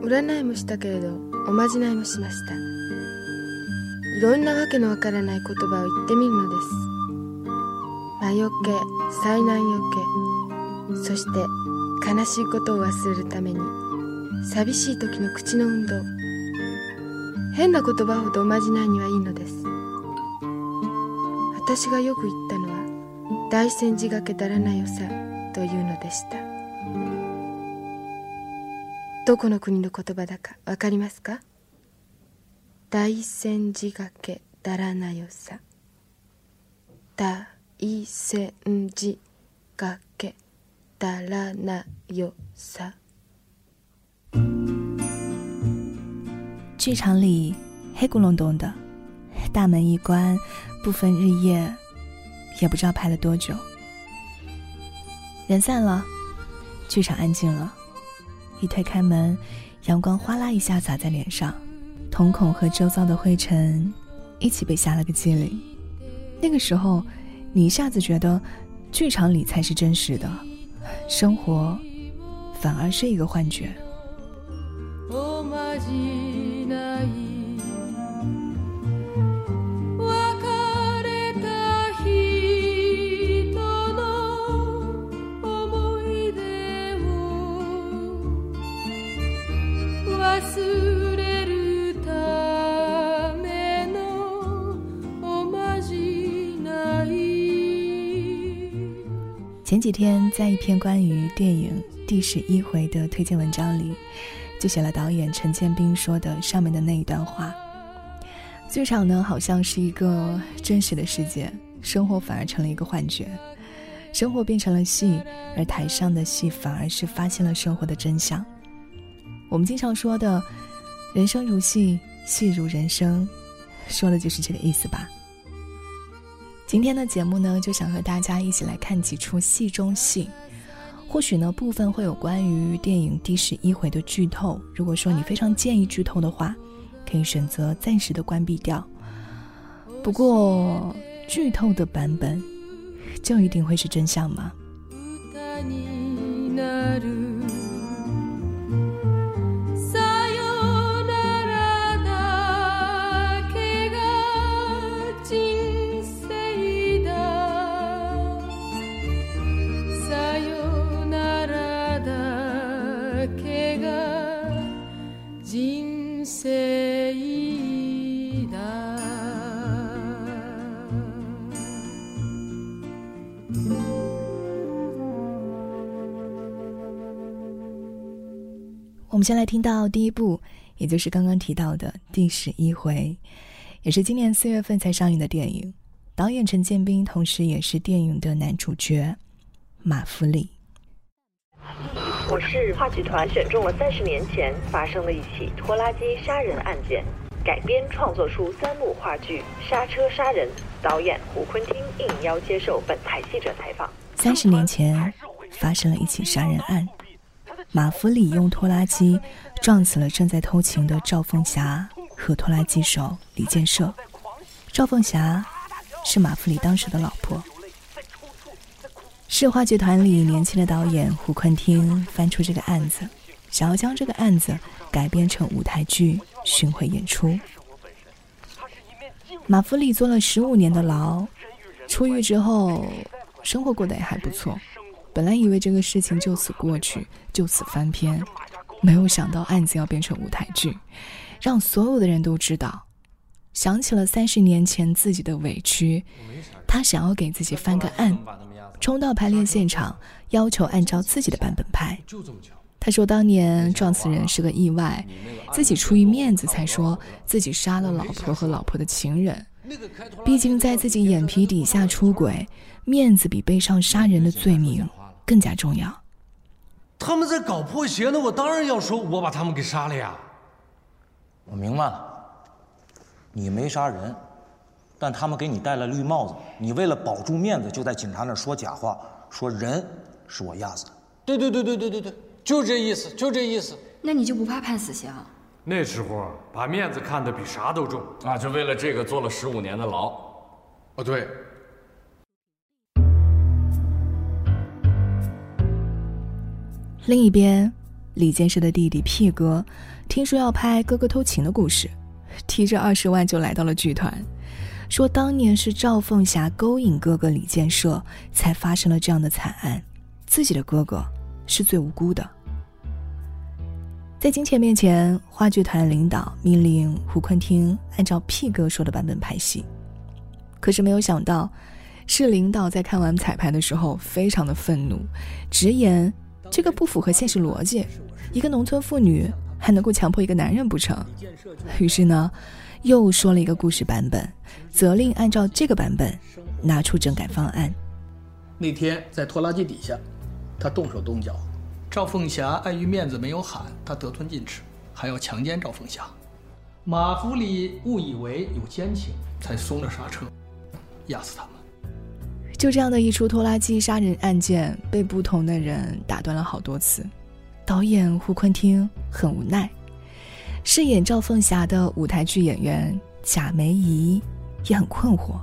占いもしたけれどおまじないもしました。いろんなわけのわからない言葉を言ってみるのです。魔除け、災難除け、そして悲しいことを忘れるために寂しい時の口の運動。変な言葉ほどおまじないにはいいのです。私がよく言ったのは大仙寺掛けだらなよさというのでした。どこの国の言葉だかわかりますか？大仙寺掛けだらなよさ。大仙寺掛けだらなよさ。 剧场里黑咕隆咚的，大门一关，不分日夜，也不知道拍了多久。人散了，剧场安静了。一推开门，阳光哗啦一下洒在脸上，瞳孔和周遭的灰尘一起被吓了个机灵。那个时候，你一下子觉得剧场里才是真实的，生活反而是一个幻觉。前几天在一篇关于电影第11回的推荐文章里，就写了导演陈建斌说的上面的那一段话。剧场呢，好像是一个真实的世界，生活反而成了一个幻觉。生活变成了戏，而台上的戏反而是发现了生活的真相。我们经常说的人生如戏，戏如人生，说的就是这个意思吧。今天的节目呢，就想和大家一起来看几出戏中戏。或许呢，部分会有关于电影第11回的剧透，如果说你非常介意剧透的话，可以选择暂时的关闭掉。不过剧透的版本就一定会是真相吗？我们先来听到第一部，也就是刚刚提到的第11回，也是今年4月份才上映的电影。导演陈建斌同时也是电影的男主角马福里。 我市话剧团选中了30年前发生的一起拖拉机杀人案件，改编创作出3幕话剧《刹车杀人》。导演胡坤汀应邀接受本台记者采访。 30年前发生了一起杀人案，马福里用拖拉机撞死了正在偷情的赵凤霞和拖拉机手李建设。赵凤霞是马福里当时的老婆。是话剧团里年轻的导演胡坤汀翻出这个案子，想要将这个案子改编成舞台剧巡回演出。马福里坐了15年的牢，出狱之后生活过得也还不错。本来以为这个事情就此过去，就此翻篇，没有想到案子要变成舞台剧，让所有的人都知道。想起了30年前自己的委屈，他想要给自己翻个案，冲到排练现场，要求按照自己的版本拍。他说当年撞死人是个意外，自己出于面子才说自己杀了老婆和老婆的情人。毕竟在自己眼皮底下出轨，面子比背上杀人的罪名更加重要。 他们在搞破鞋呢，我当然要说我把他们给杀了呀。 我明白了，你没杀人，但他们给你戴了绿帽子，你为了保住面子就在警察那儿说假话，说人是我压死的。 对，就这意思，就这意思。 那你就不怕判死刑？ 那时候把面子看得比啥都重啊，就为了这个坐了15年的牢。 哦，对。 另一边， 李建设的弟弟屁哥听说要拍哥哥偷情的故事，提着20万就来到了剧团，说当年是赵凤霞勾引哥哥李建设才发生了这样的惨案，自己的哥哥是最无辜的。在金钱面前，话剧团领导命令胡坤厅按照屁哥说的版本拍戏，可是没有想到是领导在看完彩排的时候非常的愤怒，直言这个不符合现实逻辑，一个农村妇女还能够强迫一个男人不成？于是呢又说了一个故事版本，责令按照这个版本拿出整改方案。 那天在拖拉机底下，他动手动脚，赵凤霞碍于面子没有喊，他得寸进尺，还要强奸赵凤霞。马福礼误以为有奸情，才松了刹车，压死他们。 就这样的一出拖拉机杀人案件被不同的人打断了好多次，导演胡坤厅很无奈，饰演赵凤霞的舞台剧演员贾梅姨也很困惑。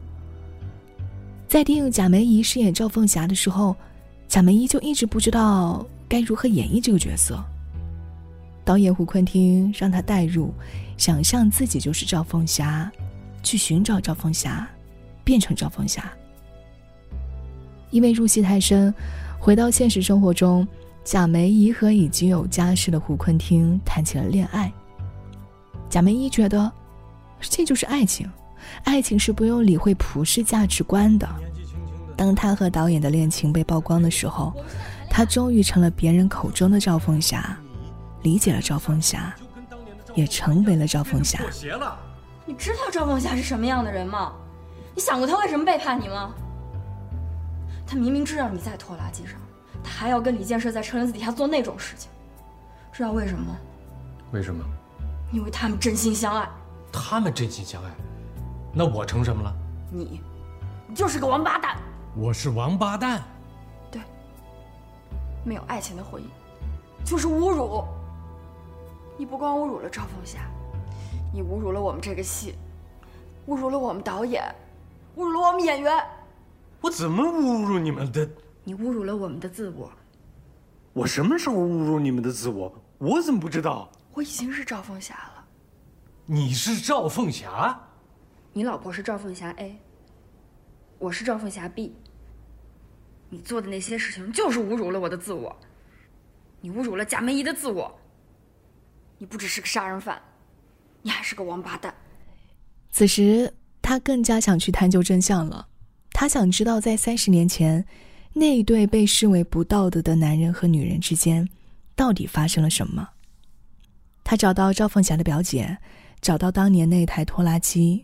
在定贾梅姨饰演赵凤霞的时候，贾梅姨就一直不知道该如何演绎这个角色。导演胡坤厅让她代入，想象自己就是赵凤霞，去寻找赵凤霞，变成赵凤霞。因为入戏太深，回到现实生活中，贾梅姨和已经有家室的胡坤厅谈起了恋爱。贾梅姨觉得这就是爱情，爱情是不用理会普世价值观的。当她和导演的恋情被曝光的时候，她终于成了别人口中的赵凤霞，理解了赵凤霞，也成为了赵凤霞。 你知道赵凤霞是什么样的人吗？你想过她为什么背叛你吗？她明明知道你在拖拉机上，她还要跟李建设在车轮子底下做那种事情，知道为什么吗？ 为什么？ 因为他们真心相爱。 他们真心相爱，那我成什么了？ 你就是个王八蛋。 我是王八蛋？ 对，没有爱情的婚姻就是侮辱。你不光侮辱了赵凤霞，你侮辱了我们这个戏，侮辱了我们导演，侮辱了我们演员。 我怎么侮辱你们的？ 你侮辱了我们的自我。 我什么时候侮辱你们的自我？我怎么不知道？ 我已经是赵凤霞了。 你是赵凤霞？ 你老婆是赵凤霞 A， 我是赵凤霞 B。 你做的那些事情就是侮辱了我的自我，你侮辱了贾梅姨的自我。你不只是个杀人犯，你还是个王八蛋。 此时他更加想去探究真相了，他想知道在30年前那一对被视为不道德的男人和女人之间到底发生了什么。他找到赵凤霞的表姐，找到当年那台拖拉机，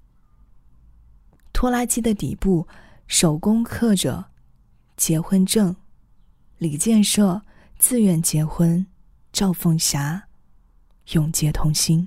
拖拉机的底部手工刻着结婚证，李建设自愿结婚，赵凤霞永结同心。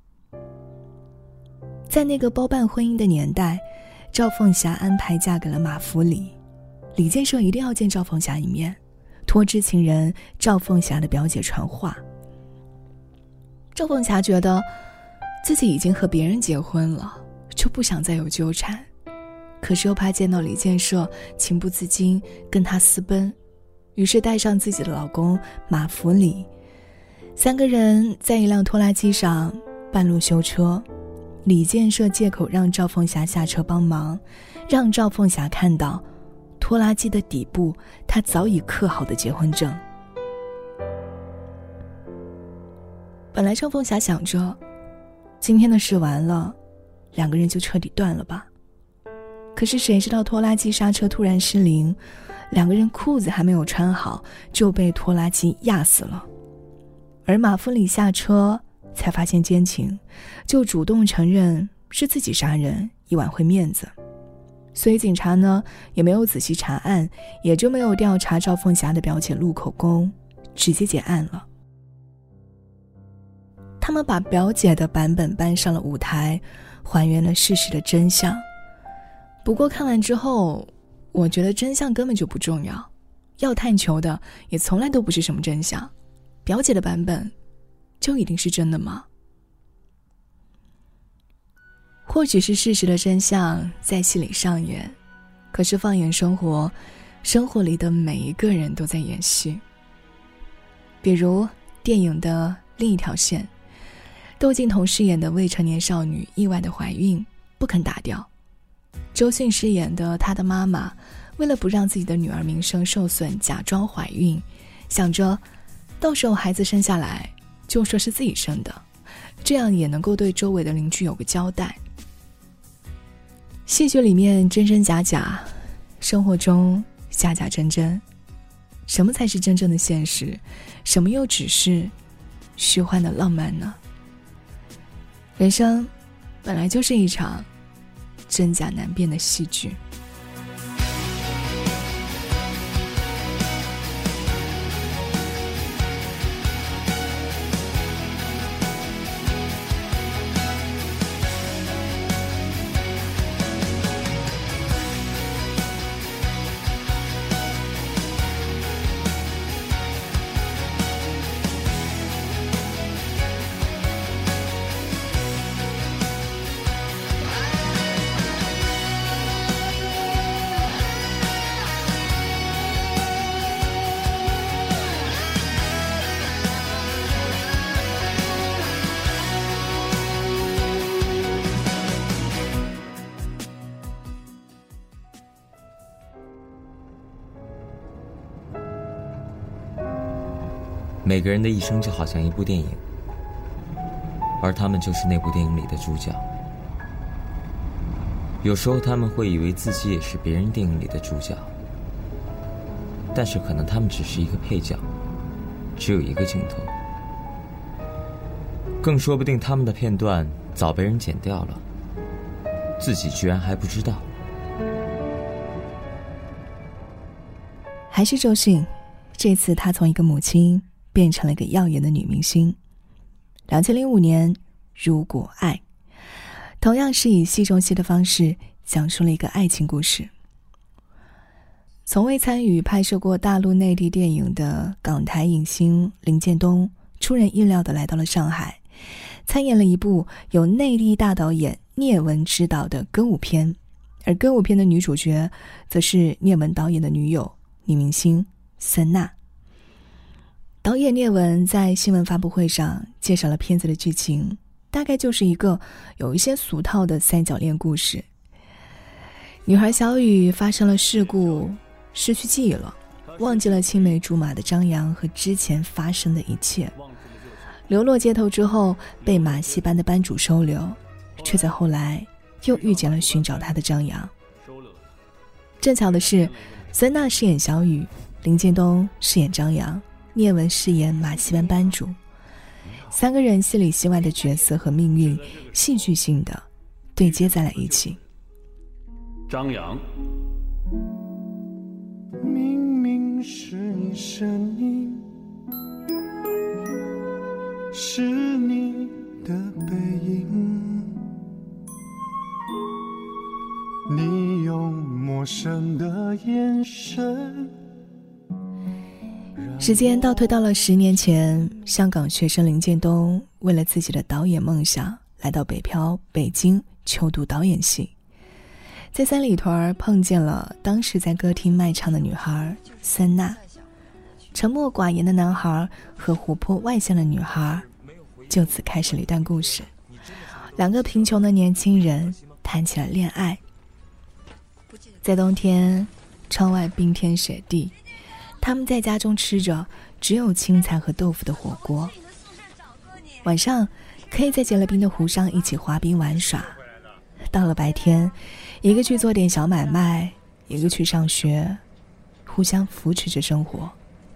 在那个包办婚姻的年代，赵凤霞安排嫁给了马福礼，李建设一定要见赵凤霞一面，托知情人赵凤霞的表姐传话。赵凤霞觉得自己已经和别人结婚了，就不想再有纠缠，可是又怕见到李建设情不自禁跟他私奔，于是带上自己的老公马福礼，3个人在一辆拖拉机上半路修车。李建设借口让赵凤霞下车帮忙，让赵凤霞看到拖拉机的底部他早已刻好的结婚证。本来赵凤霞想着今天的事完了，2个人就彻底断了吧。可是谁知道拖拉机刹车突然失灵，2个人裤子还没有穿好就被拖拉机压死了。而马福礼下车才发现奸情，就主动承认是自己杀人，以挽回面子。所以警察呢也没有仔细查案，也就没有调查赵凤霞的表姐录口供，直接结案了。他们把表姐的版本搬上了舞台，还原了事实的真相。不过看完之后，我觉得真相根本就不重要，要探求的也从来都不是什么真相。表姐的版本就一定是真的吗？或许是事实的真相在戏里上演，可是放眼生活，生活里的每一个人都在演戏。 比如电影的另一条线，窦靖童饰演的未成年少女意外的怀孕不肯打掉，周迅饰演的她的妈妈为了不让自己的女儿名声受损，假装怀孕，想着到时候孩子生下来就说是自己生的，这样也能够对周围的邻居有个交代。戏剧里面真真假假，生活中假假真真，什么才是真正的现实？什么又只是虚幻的浪漫呢？人生本来就是一场真假难辨的戏剧。 每个人的一生就好像一部电影，而他们就是那部电影里的主角。有时候他们会以为自己也是别人电影里的主角，但是可能他们只是一个配角，只有一个镜头，更说不定他们的片段早被人剪掉了，自己居然还不知道。 还是周迅，这次她从一个母亲变成了一个耀眼的女明星。2005年，如果爱，同样是以戏中戏的方式讲述了一个爱情故事。从未参与拍摄过大陆内地电影的港台影星林建东，出人意料地来到了上海，参演了一部由内地大导演聂文执导的歌舞片，而歌舞片的女主角则是聂文导演的女友，女明星孙娜。导演聂文在新闻发布会上介绍了片子的剧情，大概就是一个有一些俗套的三角恋故事。女孩小雨发生了事故，失去记忆了，忘记了青梅竹马的张扬和之前发生的一切，流落街头之后被马戏班的班主收留，却在后来又遇见了寻找她的张扬。正巧的是，孙娜饰演小雨，林建东饰演张扬，聂文饰演马戏班班主，三个人戏里戏外的角色和命运戏剧性的对接在了一起。 张扬， 明明是你声音，是你的背影，你用陌生的眼神。 时间倒退到了10年前，香港学生林建东为了自己的导演梦想来到北漂北京求读导演系，在三里屯碰见了当时在歌厅卖唱的女孩孙娜。沉默寡言的男孩和活泼外向的女孩就此开始了一段故事。两个贫穷的年轻人谈起了恋爱。在冬天，窗外冰天雪地，他们在家中吃着只有青菜和豆腐的火锅，晚上可以在结了冰的湖上一起滑冰玩耍。到了白天，一个去做点小买卖，一个去上学，互相扶持着生活。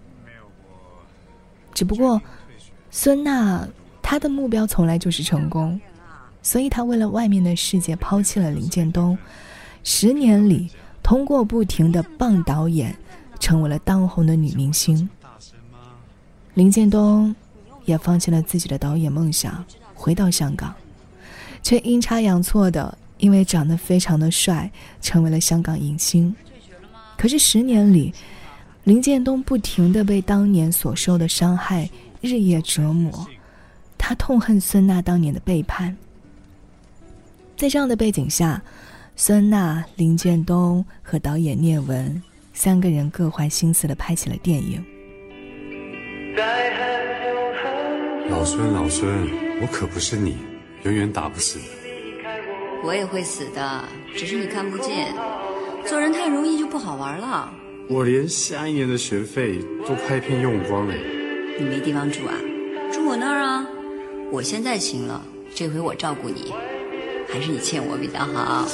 只不过孙娜她的目标从来就是成功，所以她为了外面的世界抛弃了林建东。10年里，通过不停的棒导演成为了当红的女明星。林建东也放弃了自己的导演梦想，回到香港，却阴差阳错的因为长得非常的帅成为了香港影星。可是10年里，林建东不停地被当年所受的伤害日夜折磨，他痛恨孙娜当年的背叛。在这样的背景下，孙娜、林建东和导演聂文3个人各怀心思地拍起了电影。 老孙，我可不是你，永远打不死的。 我也会死的，只是你看不见。做人太容易就不好玩了。 我连下1年的学费都拍片用光了。 你没地方住啊？住我那儿啊。我现在行了，这回我照顾你，还是你欠我比较好。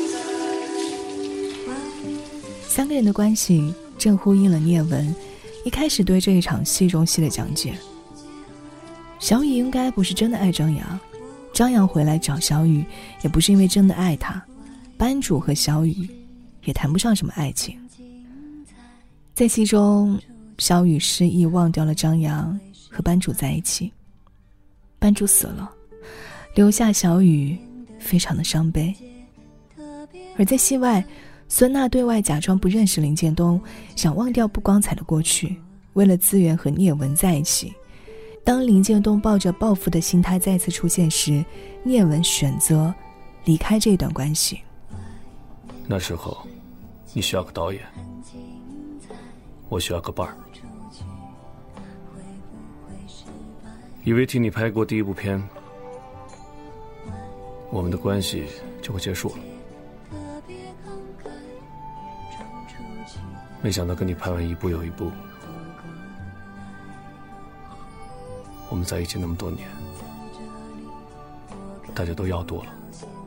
3个人的关系正呼应了聂文一开始对这一场戏中戏的讲解。小雨应该不是真的爱张扬，张扬回来找小雨也不是因为真的爱他，班主和小雨也谈不上什么爱情。在戏中，小雨失忆忘掉了张扬和班主在一起，班主死了，留下小雨非常的伤悲。而在戏外，孙娜对外假装不认识林建东，想忘掉不光彩的过去，为了资源和聂文在一起。当林建东抱着报复的心态再次出现时，聂文选择离开这段关系。 那时候你需要个导演，我需要个伴儿。以为替你拍过第1部片，我们的关系就会结束了。没想到跟你拍完1部又1部，我们在一起那么多年，大家都要多了。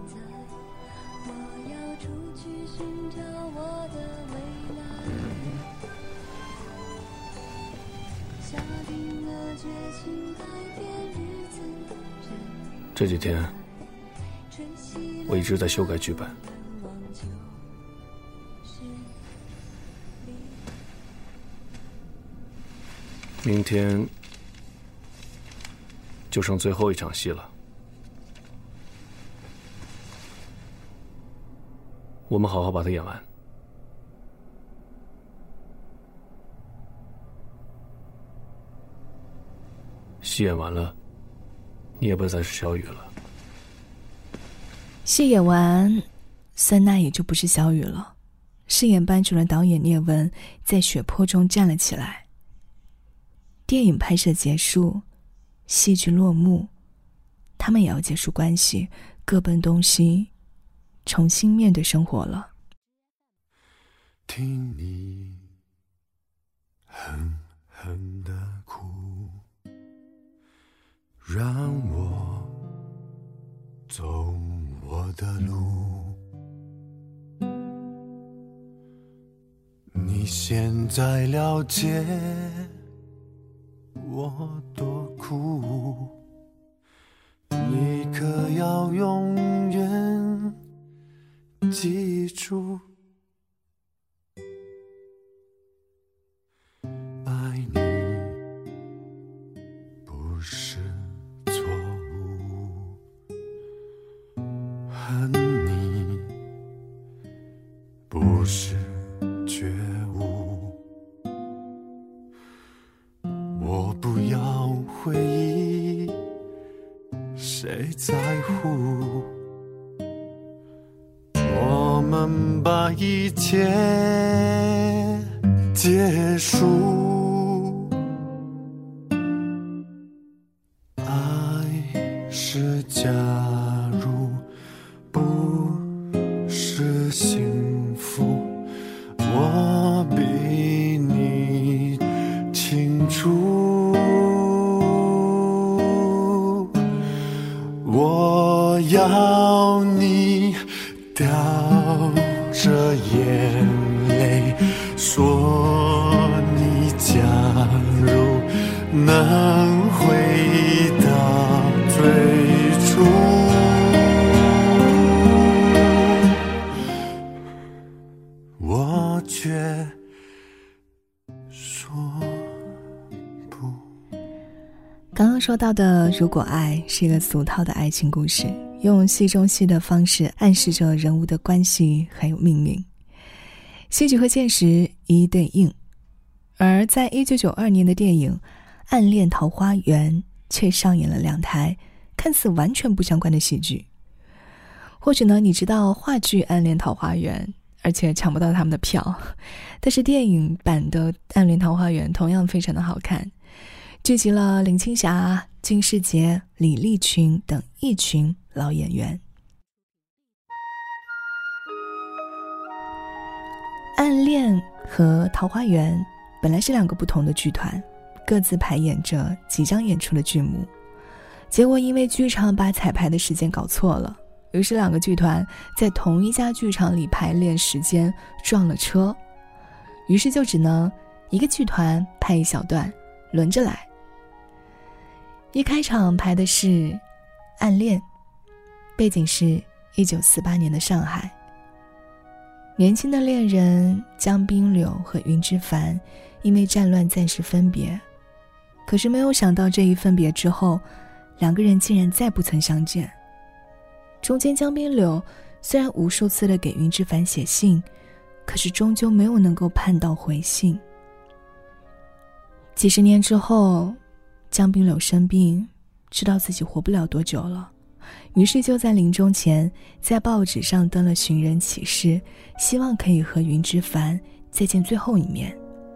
这几天我一直在修改剧本，明天就剩最后1场戏了。我们好好把它演完。戏演完了，你也不再是小雨了。 戏演完，孙娜也就不是小雨了。饰演班主任导演聂文在血泊中站了起来。电影拍摄结束，戏剧落幕，他们也要结束关系，各奔东西，重新面对生活了。 听你狠狠地哭，让我走我的路。你现在了解我多苦，你可要永远记住，爱你不是错误，恨你不是觉悟。我不要回忆，谁在乎？我们把一切结束。爱是假如，不是幸福。我比你清楚，我要你掉着眼泪说，你假如能回到最初，我却说不。 刚刚说到的如果爱是一个俗套的爱情故事，用戏中戏的方式暗示着人物的关系还有命运，戏剧和现实一一对应。而在1992年的电影《暗恋桃花源》却上演了2台看似完全不相关的戏剧。或许呢，你知道话剧《暗恋桃花源》，而且抢不到他们的票，但是电影版的《暗恋桃花源》同样非常的好看。 聚集了林青霞、金世杰、李立群等一群老演员。暗恋和桃花源本来是2个不同的剧团，各自排演着即将演出的剧目，结果因为剧场把彩排的时间搞错了，于是2个剧团在同一家剧场里排练时间撞了车，于是就只能一个剧团拍一小段，轮着来。一开场排的是暗恋，背景是1948年的上海。年轻的恋人江滨柳和云之凡因为战乱暂时分别，可是没有想到这一分别之后，2个人竟然再不曾相见。中间江滨柳虽然无数次的给云之凡写信，可是终究没有能够盼到回信。几十年之后，江滨柳生病，知道自己活不了多久了，于是就在临终前在报纸上登了寻人启事，希望可以和云之凡再见最后一面。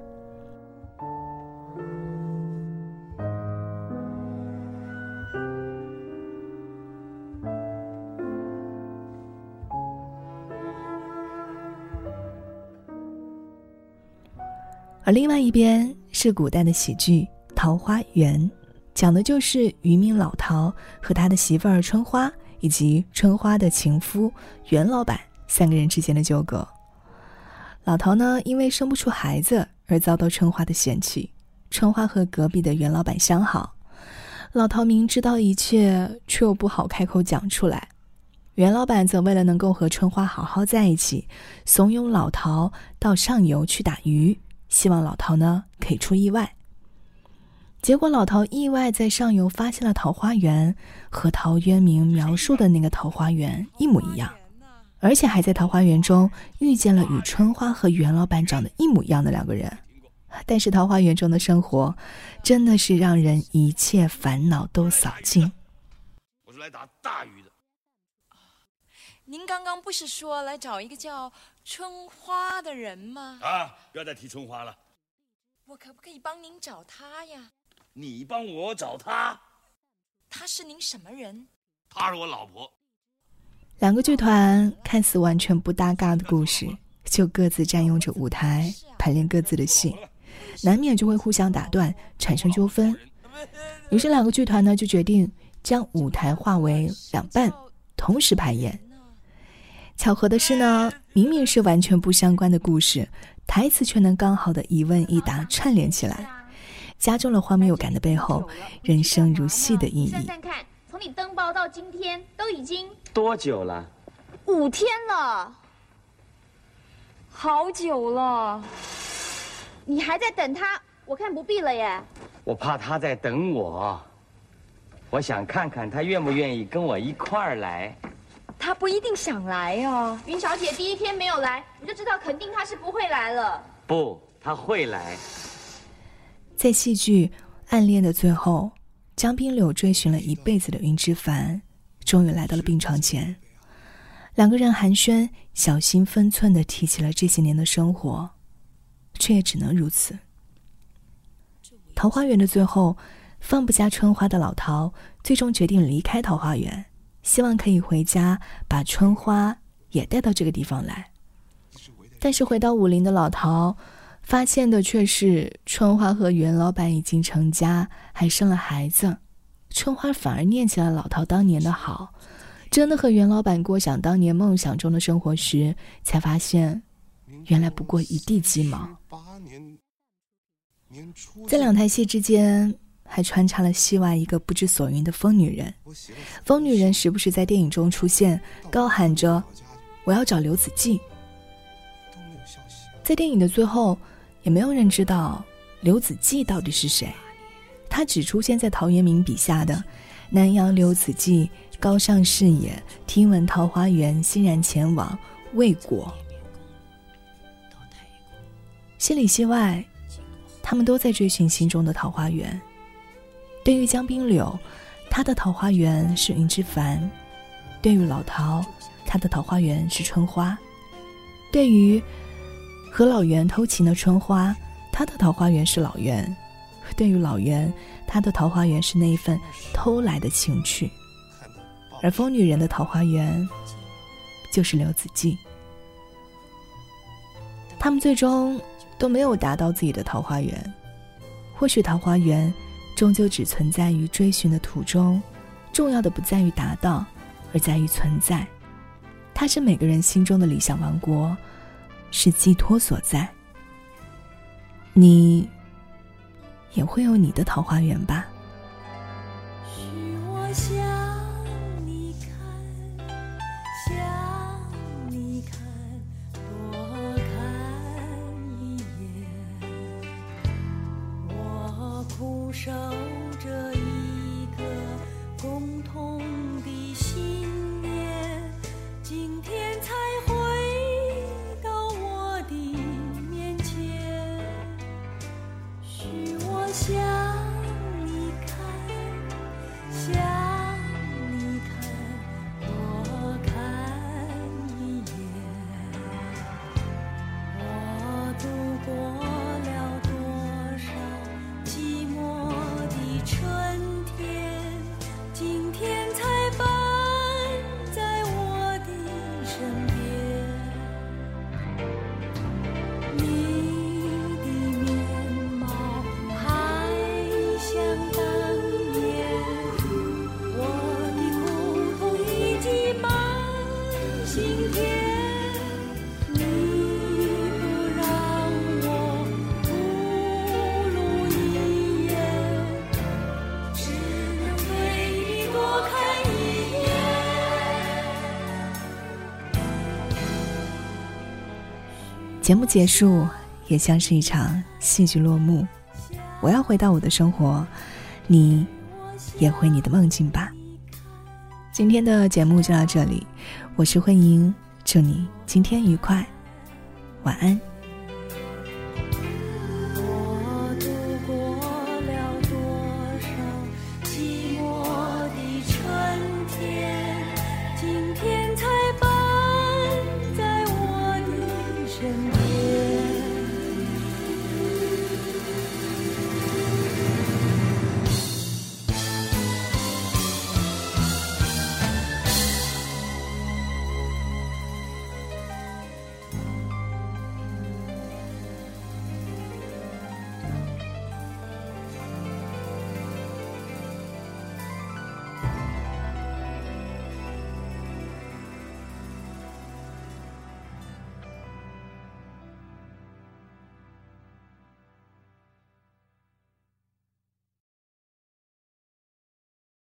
而另外一边是古代的喜剧《桃花源》，讲的就是渔民老陶和他的媳妇儿春花以及春花的情夫袁老板3个人之间的纠葛。老陶呢，因为生不出孩子而遭到春花的嫌弃，春花和隔壁的袁老板相好，老陶明知道一切却又不好开口讲出来。袁老板则为了能够和春花好好在一起，怂恿老陶到上游去打鱼，希望老陶呢可以出意外。结果老陶意外在上游发现了桃花源，和陶渊明描述的那个桃花源一模一样，而且还在桃花源中遇见了与春花和袁老板长得一模一样的2个人。但是桃花源中的生活真的是让人一切烦恼都扫尽。 我是来打大鱼的。 您刚刚不是说来找一个叫春花的人吗？ 不要再提春花了。 我可不可以帮您找他呀？ 你帮我找他？ 他是您什么人？ 他是我老婆。 2个剧团看似完全不搭嘎的故事，就各自占用着舞台排练各自的戏，难免就会互相打断，产生纠纷。于是2个剧团呢就决定将舞台划为2半，同时排演。巧合的是呢，明明是完全不相关的故事，台词却能刚好的一问一答串联起来，加重了荒谬感的背后人生如戏的意义。 算算看，从你登报到今天都已经多久了 ？5天了， 好久了。 你还在等他？我看不必了耶。 我怕他在等我，我想看看他愿不愿意跟我一块儿来。 他不一定想来哦。 云小姐第1天没有来，你就知道肯定她是不会来了。 不，她会来。 在戏剧《暗恋》的最后，江滨柳追寻了一辈子的云之凡，终于来到了病床前。2个人寒暄，小心分寸地提起了这些年的生活，却也只能如此。桃花源的最后，放不下春花的老陶最终决定离开桃花源，希望可以回家把春花也带到这个地方来。但是回到武林的老陶发现的却是春花和袁老板已经成家，还生了孩子。春花反而念起了老陶当年的好，真的和袁老板过想当年梦想中的生活时，才发现原来不过一地鸡毛。在2台戏之间还穿插了戏外一个不知所云的疯女人。疯女人时不时在电影中出现，高喊着我要找刘子骥。在电影的最后，也没有人知道刘子骥到底是谁，他只出现在陶渊明笔下的南阳刘子骥，高尚视野，听闻桃花源，欣然前往，未果。戏里戏外，他们都在追寻心中的桃花源。对于江滨柳，他的桃花源是云之凡；对于老陶，他的桃花源是春花；对于和老袁偷情的春花，他的桃花源是老袁； 对于老袁，他的桃花源是那一份偷来的情趣，而疯女人的桃花源就是刘子骥。他们最终都没有达到自己的桃花源，或许桃花源终究只存在于追寻的途中，重要的不在于达到，而在于存在。它是每个人心中的理想王国，是寄托所在。你也会有你的桃花源吧？ 许我想你看，想你看，多看一眼。我苦守着一个共同的信念，今天才回到我的面前。许我想你看，想你看，多看一眼。我度过了多少寂寞的春天，今天才伴在我的身边。你的面貌还像当年，我的苦痛已积满心田。你不让我不露一眼，只能对你多看一眼。 节目结束，也像是一场戏剧落幕。我要回到我的生活，你也回你的梦境吧。今天的节目就到这里，我是慧莹，祝你今天愉快，晚安。